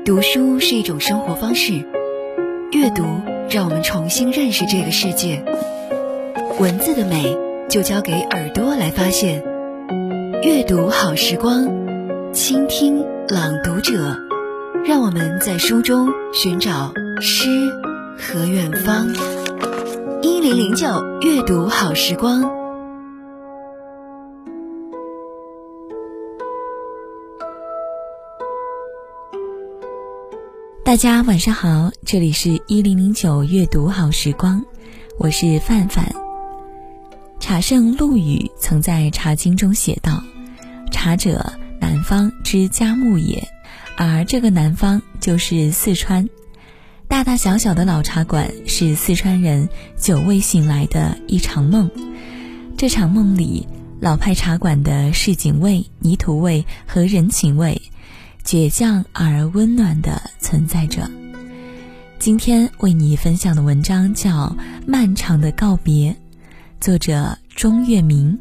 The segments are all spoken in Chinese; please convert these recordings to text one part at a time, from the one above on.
读书是一种生活方式，阅读让我们重新认识这个世界。文字的美就交给耳朵来发现。阅读好时光，倾听朗读者，让我们在书中寻找诗和远方。1009阅读好时光。 大家晚上好，这里是1009阅读好时光，我是范范。茶圣陆羽曾在《茶经》中写道：茶者，南方之佳木也，而这个南方就是四川。大大小小的老茶馆是四川人久未醒来的一场梦。这场梦里，老派茶馆的市井味、泥土味和人情味倔强而温暖地存在着。今天为你分享的文章叫《漫长的告别》，作者钟月明。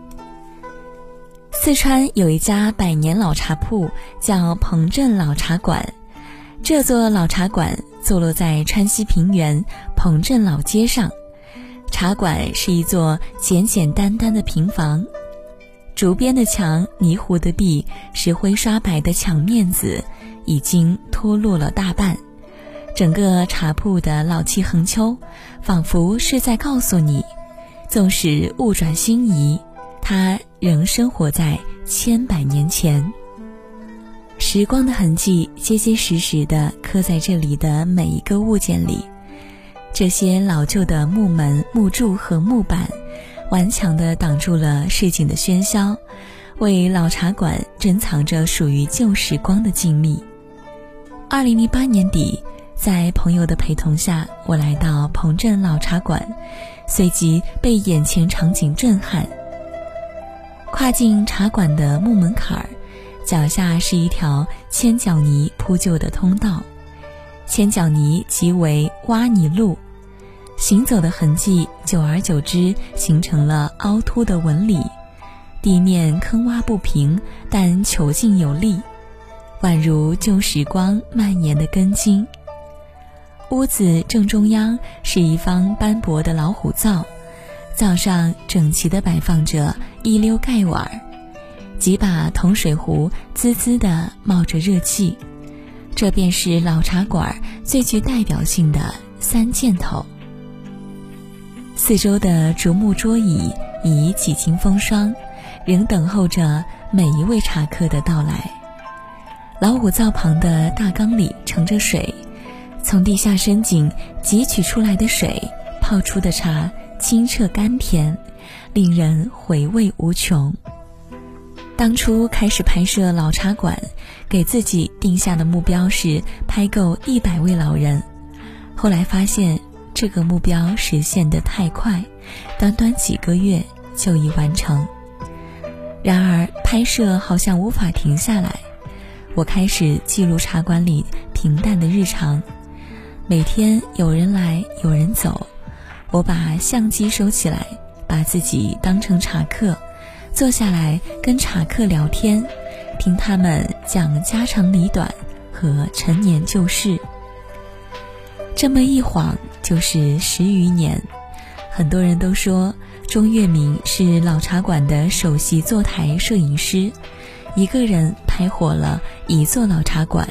四川有一家100年老茶铺叫彭镇老茶馆，这座老茶馆坐落在川西平原彭镇老街上。茶馆是一座简简单单的平房，竹编的墙，泥糊的壁，石灰刷白的墙面子已经脱落了大半。整个茶铺的老气横秋，仿佛是在告诉你，纵使物转星移，它仍生活在千百年前。时光的痕迹结结实实地刻在这里的每一个物件里。这些老旧的木门、木柱和木板顽强地挡住了市井的喧嚣，为老茶馆珍藏着属于旧时光的静谧。2008年底，在朋友的陪同下，我来到彭镇老茶馆，随即被眼前场景震撼。跨进茶馆的木门槛儿，脚下是一条千脚泥铺就的通道，千脚泥即为挖泥路，行走的痕迹久而久之形成了凹凸的纹理，地面坑洼不平，但遒劲有力，宛如旧时光蔓延的根茎。屋子正中央是一方斑驳的老虎灶，灶上整齐地摆放着一溜盖碗，几把铜水壶滋滋地冒着热气，这便是老茶馆最具代表性的3件头。四周的竹木桌椅已几经风霜，仍等候着每一位茶客的到来。老虎灶旁的大缸里盛着水，从地下深井汲取出来的水泡出的茶清澈甘甜，令人回味无穷。当初开始拍摄老茶馆，给自己定下的目标是拍够100位老人，后来发现这个目标实现得太快，短短几个月就已完成。然而拍摄好像无法停下来，我开始记录茶馆里平淡的日常。每天有人来有人走，我把相机收起来，把自己当成茶客，坐下来跟茶客聊天，听他们讲家长里短和陈年旧事。这么一晃就是10余年，很多人都说钟月明是老茶馆的首席坐台摄影师，一个人拍火了一座老茶馆。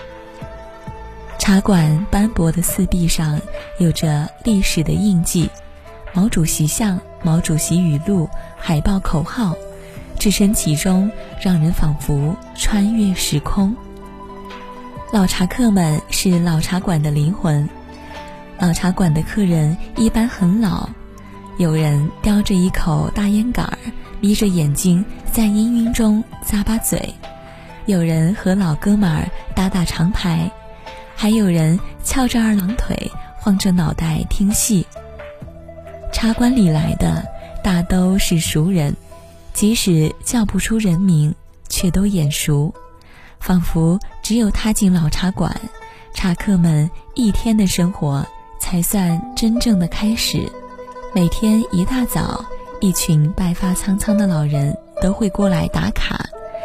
茶馆斑驳的四壁上有着历史的印记，毛主席像、毛主席语录、海报口号，置身其中，让人仿佛穿越时空。老茶客们是老茶馆的灵魂。老茶馆的客人一般很老，有人叼着一口大烟杆，眯着眼睛在氤氲中咂巴嘴，有人和老哥们儿打打长牌，还有人翘着2郎腿晃着脑袋听戏。茶馆里来的大都是熟人，即使叫不出人名，却都眼熟，仿佛只有踏进老茶馆，茶客们一天的生活才算真正的开始。每天一大早，一群白发苍苍的老人都会过来打卡，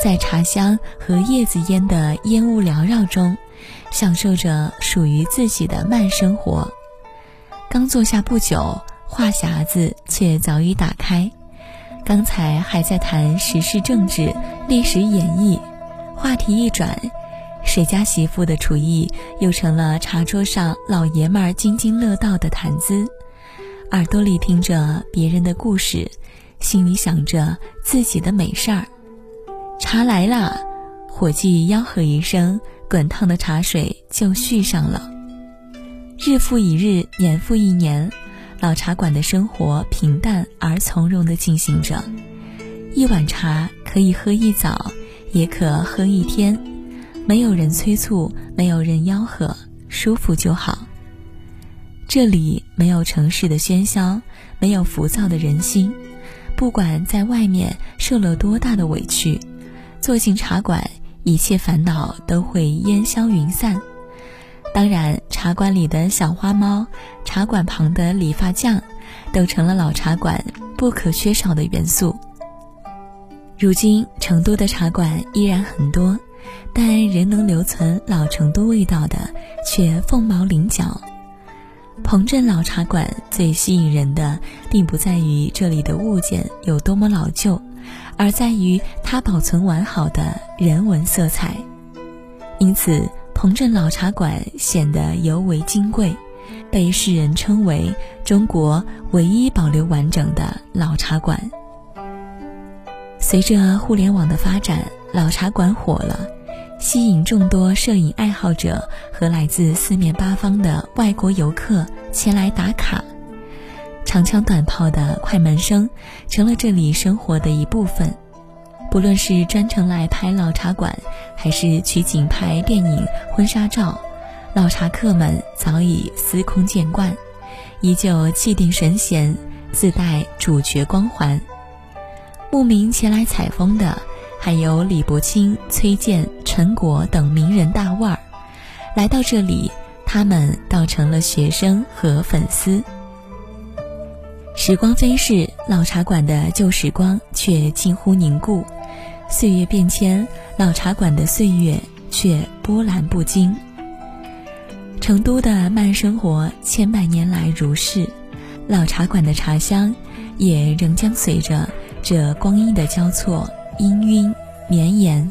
在茶香和叶子烟的烟雾缭绕中，享受着属于自己的慢生活。刚坐下不久，话匣子却早已打开。刚才还在谈时事政治、历史演绎，话题一转，谁家媳妇的厨艺又成了茶桌上老爷们儿津津乐道的谈资。耳朵里听着别人的故事，心里想着自己的美事儿。茶来啦，伙计吆喝一声，滚烫的茶水就续上了。日复一日，年复一年，老茶馆的生活平淡而从容地进行着。一碗茶可以喝一早，也可喝一天，没有人催促，没有人吆喝，舒服就好。这里没有城市的喧嚣，没有浮躁的人心，不管在外面受了多大的委屈，坐进茶馆，一切烦恼都会烟消云散。当然，茶馆里的小花猫，茶馆旁的理发匠，都成了老茶馆不可缺少的元素。如今成都的茶馆依然很多，但仍能留存老成都味道的却凤毛麟角。彭镇老茶馆最吸引人的并不在于这里的物件有多么老旧，而在于它保存完好的人文色彩。因此彭镇老茶馆显得尤为金贵，被世人称为中国唯一保留完整的老茶馆。随着互联网的发展，老茶馆火了，吸引众多摄影爱好者和来自四面八方的外国游客前来打卡。长枪短炮的快门声成了这里生活的一部分。不论是专程来拍老茶馆，还是取景拍电影、婚纱照，老茶客们早已司空见惯，依旧气定神闲，自带主角光环。慕名前来采风的还有李伯清、崔健、陈果等名人大腕儿。来到这里，他们倒成了学生和粉丝。时光飞逝，老茶馆的旧时光却近乎凝固。岁月变迁，老茶馆的岁月却波澜不惊。成都的慢生活千百年来如是，老茶馆的茶香也仍将随着这光阴的交错氤氲绵延。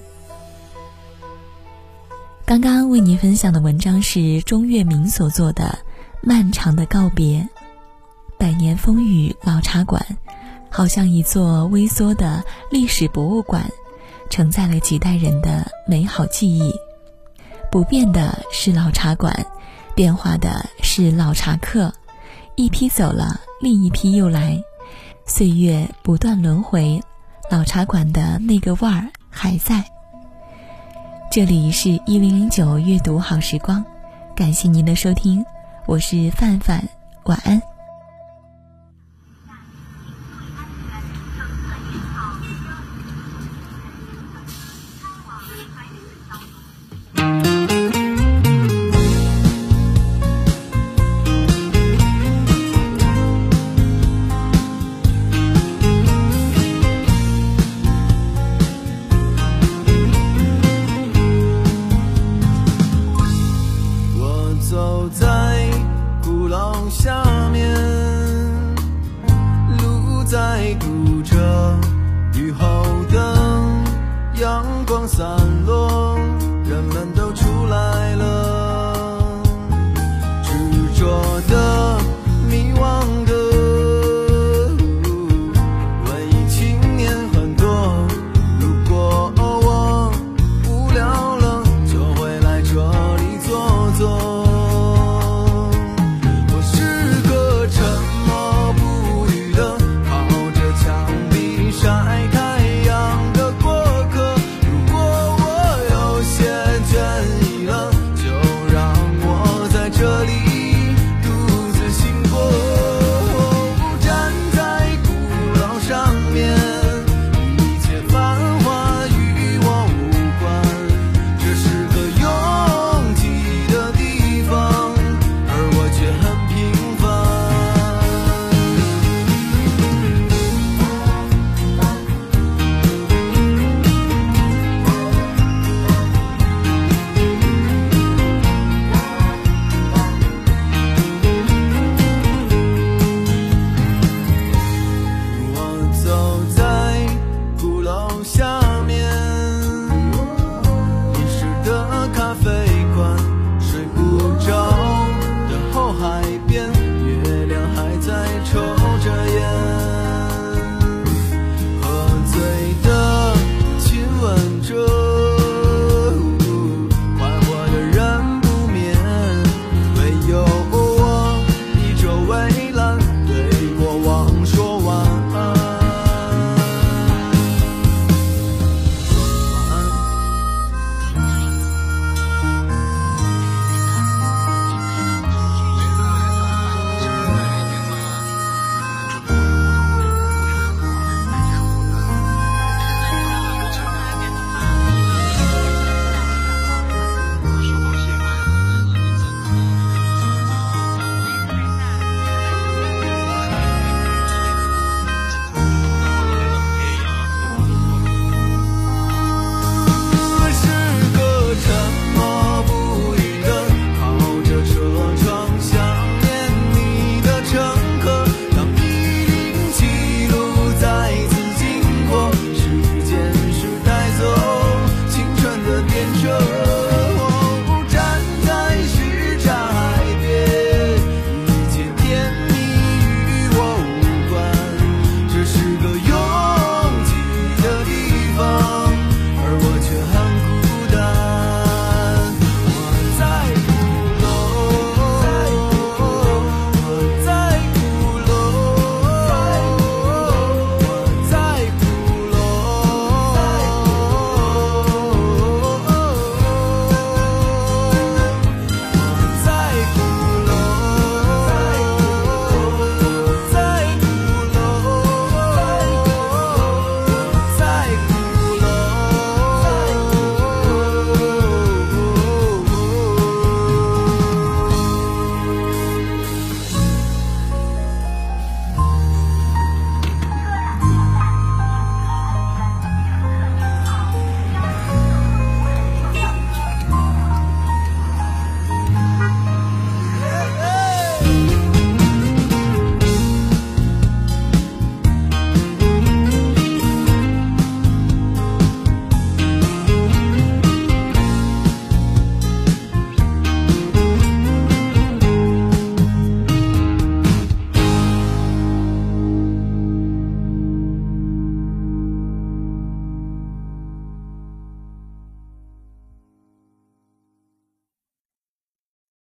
刚刚为您分享的文章是钟跃明所做的《漫长的告别》。百年风雨老茶馆，好像一座微缩的历史博物馆，承载了几代人的美好记忆。不变的是老茶馆，变化的是老茶客，一批走了，另一批又来，岁月不断轮回，老茶馆的那个味儿还在。这里是1009阅读好时光，感谢您的收听，我是范范，晚安。